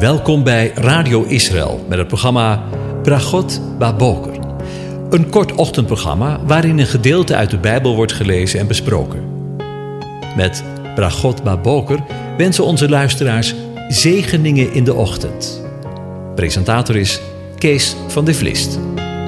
Welkom bij Radio Israël met het programma Bragot Baboker. Een kort ochtendprogramma waarin een gedeelte uit de Bijbel wordt gelezen en besproken. Met Bragot Baboker wensen onze luisteraars zegeningen in de ochtend. Presentator is Kees van de Vlist.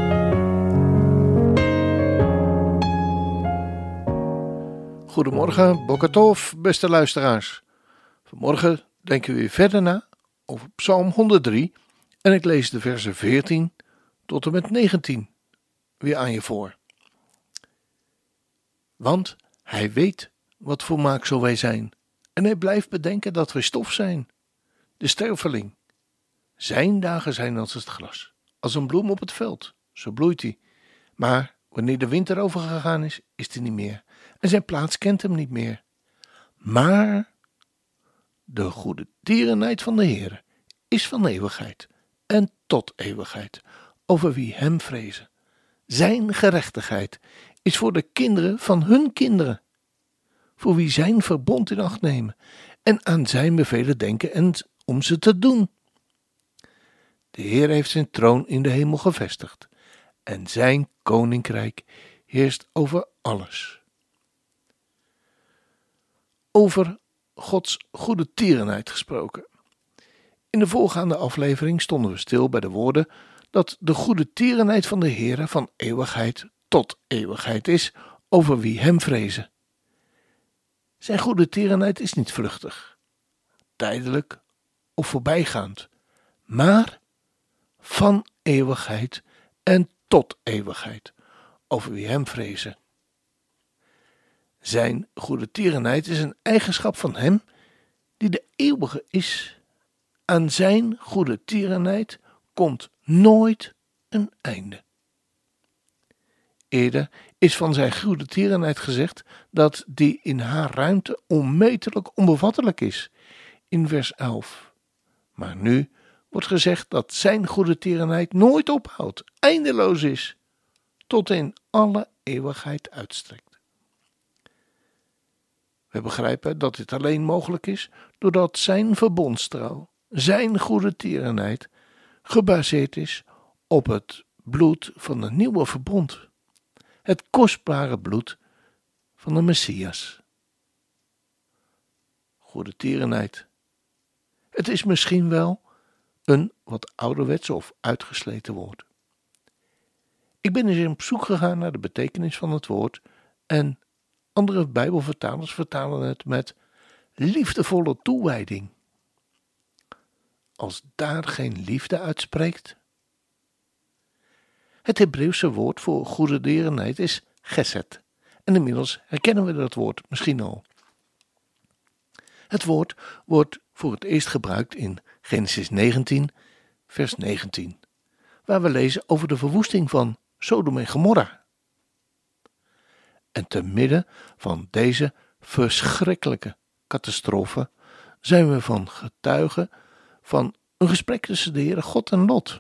Goedemorgen, Boker Tov, beste luisteraars. Vanmorgen denken we weer verder na over Psalm 103 en ik lees de versen 14 tot en met 19 weer aan je voor. Want hij weet wat voor maaksel wij zijn en hij blijft bedenken dat wij stof zijn, de sterveling. Zijn dagen zijn als het gras, als een bloem op het veld, zo bloeit hij. Maar wanneer de winter overgegaan is, is hij niet meer en zijn plaats kent hem niet meer. Maar de goede tierenheid van de Heere is van eeuwigheid en tot eeuwigheid over wie hem vrezen. Zijn gerechtigheid is voor de kinderen van hun kinderen, voor wie zijn verbond in acht nemen en aan zijn bevelen denken en om ze te doen. De Heer heeft zijn troon in de hemel gevestigd en zijn koninkrijk heerst over alles. Over Gods goede tierenheid gesproken. In de voorgaande aflevering stonden we stil bij de woorden dat de goede tierenheid van de Heere van eeuwigheid tot eeuwigheid is over wie hem vrezen. Zijn goede tierenheid is niet vluchtig, tijdelijk of voorbijgaand, maar van eeuwigheid en tot eeuwigheid over wie hem vrezen. Zijn goede tierenheid is een eigenschap van hem die de eeuwige is. Aan zijn goede tierenheid komt nooit een einde. Eerder is van zijn goede tierenheid gezegd dat die in haar ruimte onmetelijk onbevattelijk is, in vers 11. Maar nu wordt gezegd dat zijn goede tierenheid nooit ophoudt, eindeloos is, tot in alle eeuwigheid uitstrekt. We begrijpen dat dit alleen mogelijk is doordat zijn verbondstrouw, zijn goede tierenheid, gebaseerd is op het bloed van het nieuwe verbond. Het kostbare bloed van de Messias. Goede tierenheid. Het is misschien wel een wat ouderwets of uitgesleten woord. Ik ben eens op zoek gegaan naar de betekenis van het woord en andere Bijbelvertalers vertalen het met liefdevolle toewijding. Als daar geen liefde uitspreekt. Het Hebreeuwse woord voor goede tierenheid is gesed. En inmiddels herkennen we dat woord misschien al. Het woord wordt voor het eerst gebruikt in Genesis 19, vers 19, waar we lezen over de verwoesting van Sodom en Gomorra. En te midden van deze verschrikkelijke catastrofe zijn we van getuigen van een gesprek tussen de Heere God en Lot.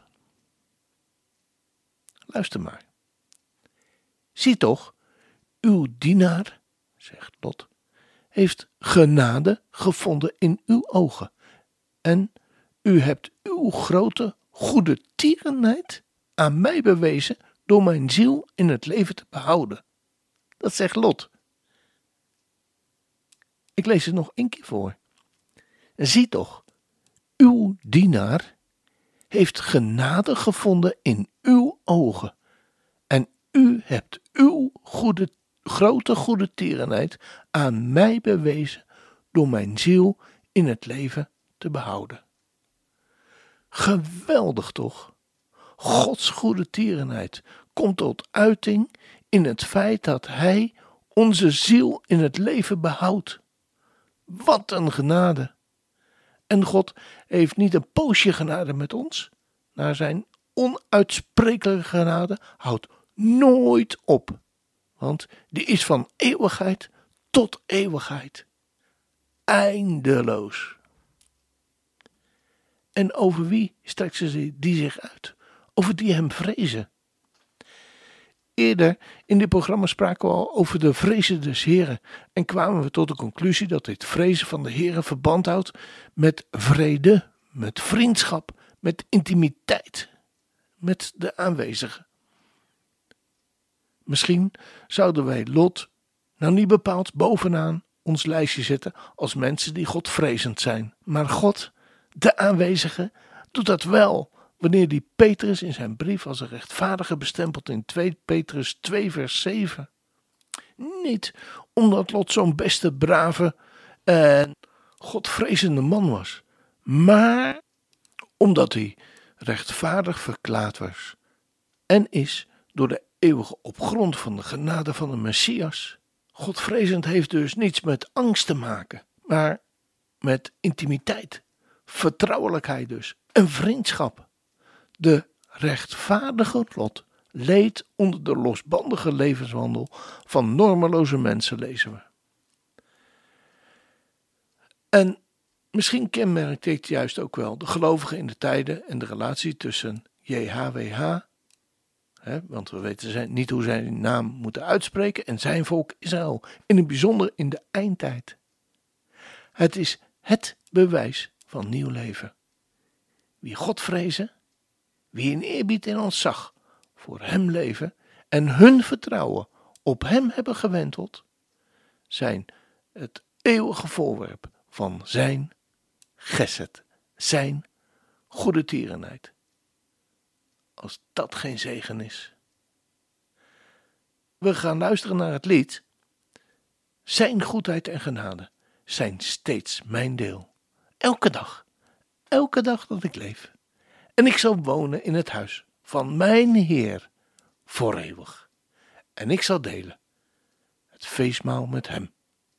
Luister maar. Zie toch, uw dienaar, zegt Lot, heeft genade gevonden in uw ogen. En u hebt uw grote goede tierenheid aan mij bewezen door mijn ziel in het leven te behouden. Dat zegt Lot. Ik lees het nog een keer voor. Zie toch, uw dienaar heeft genade gevonden in uw ogen. En u hebt uw grote goede tierenheid aan mij bewezen door mijn ziel in het leven te behouden. Geweldig toch? Gods goede tierenheid komt tot uiting in het feit dat hij onze ziel in het leven behoudt. Wat een genade! En God heeft niet een poosje genade met ons. Naar zijn onuitsprekelijke genade houdt nooit op. Want die is van eeuwigheid tot eeuwigheid. Eindeloos. En over wie strekt ze die zich uit? Over die hem vrezen. Eerder in dit programma spraken we al over de vrezen des Heren en kwamen we tot de conclusie dat dit vrezen van de Heren verband houdt met vrede met vriendschap, met intimiteit, met de aanwezigen. Misschien zouden wij Lot nou niet bepaald bovenaan ons lijstje zetten als mensen die Godvrezend zijn. Maar God, de aanwezige, doet dat wel wanneer die Petrus in zijn brief als een rechtvaardige bestempelt in 2 Petrus 2 vers 7. Niet omdat Lot zo'n beste, brave en Godvrezende man was, maar omdat hij rechtvaardig verklaard was en is door de eeuwige op grond van de genade van de Messias. Godvrezend heeft dus niets met angst te maken, maar met intimiteit, vertrouwelijkheid dus en vriendschap. De rechtvaardige Lot leed onder de losbandige levenswandel van normeloze mensen, lezen we. En misschien kenmerkt dit juist ook wel de gelovigen in de tijden en de relatie tussen JHWH, want we weten niet hoe zij die naam moeten uitspreken, en zijn volk Israël, in het bijzonder in de eindtijd. Het is het bewijs van nieuw leven. Wie God vrezen, wie in eerbied en ontzag voor hem leven en hun vertrouwen op hem hebben gewenteld, zijn het eeuwige voorwerp van zijn gesed, zijn goede tierenheid. Als dat geen zegen is. We gaan luisteren naar het lied. Zijn goedheid en genade zijn steeds mijn deel. Elke dag dat ik leef. En ik zal wonen in het huis van mijn Heer voor eeuwig. En ik zal delen het feestmaal met hem.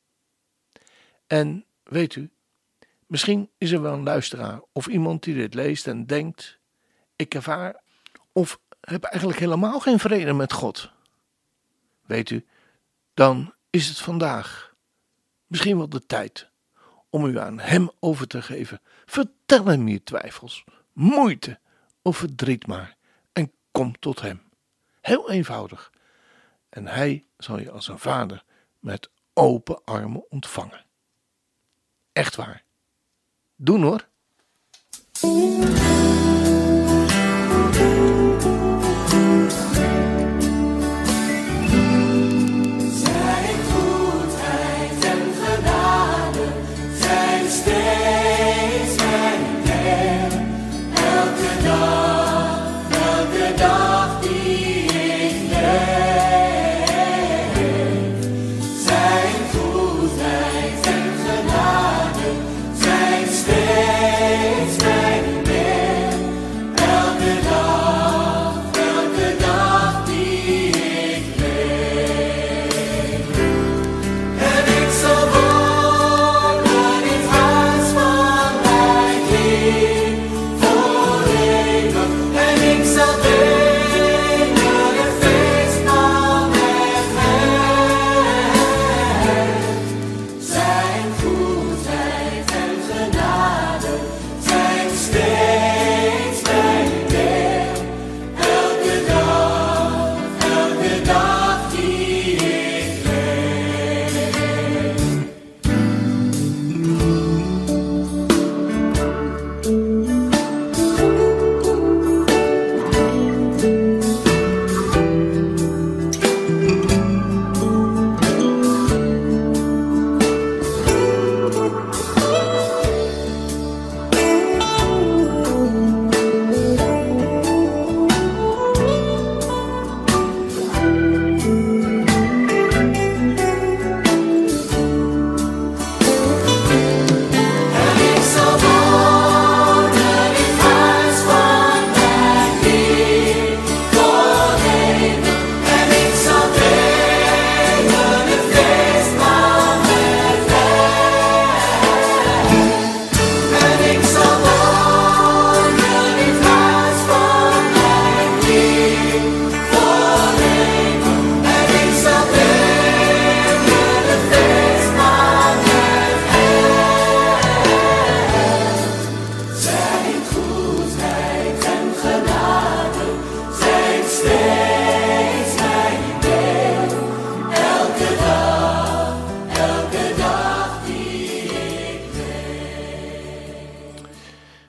En weet u, misschien is er wel een luisteraar of iemand die dit leest en denkt, ik ervaar of heb eigenlijk helemaal geen vrede met God. Weet u, dan is het vandaag misschien wel de tijd om u aan hem over te geven. Vertel hem je twijfels, moeite of verdriet maar en kom tot hem. Heel eenvoudig. En hij zal je als een vader met open armen ontvangen. Echt waar. Doen hoor. Zijn goedheid en genade zijn steeds bij me.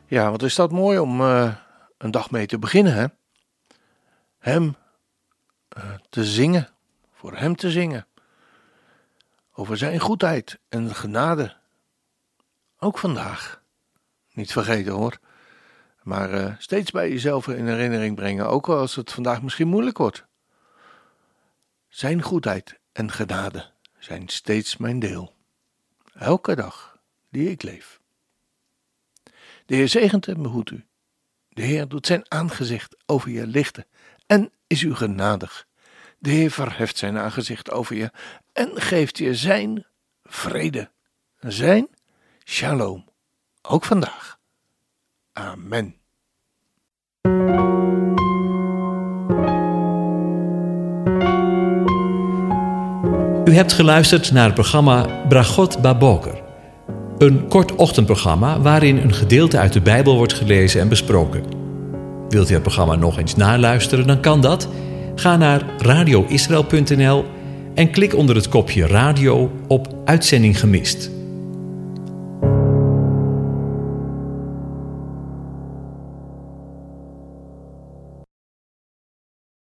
Ja, wat is dat mooi om een dag mee te beginnen, hè? Hem te zingen, voor hem te zingen. Over zijn goedheid en genade. Ook vandaag. Niet vergeten hoor. Maar steeds bij jezelf in herinnering brengen, ook als het vandaag misschien moeilijk wordt. Zijn goedheid en genade zijn steeds mijn deel. Elke dag die ik leef. De Heer zegent en behoedt u. De Heer doet zijn aangezicht over je lichten en is u genadig. De Heer verheft zijn aangezicht over je en geeft je zijn vrede. Zijn shalom. Ook vandaag. Amen. U hebt geluisterd naar het programma Bragot Baboker. Een kort ochtendprogramma waarin een gedeelte uit de Bijbel wordt gelezen en besproken. Wilt u het programma nog eens naluisteren, dan kan dat. Ga naar radioisrael.nl en klik onder het kopje radio op Uitzending gemist.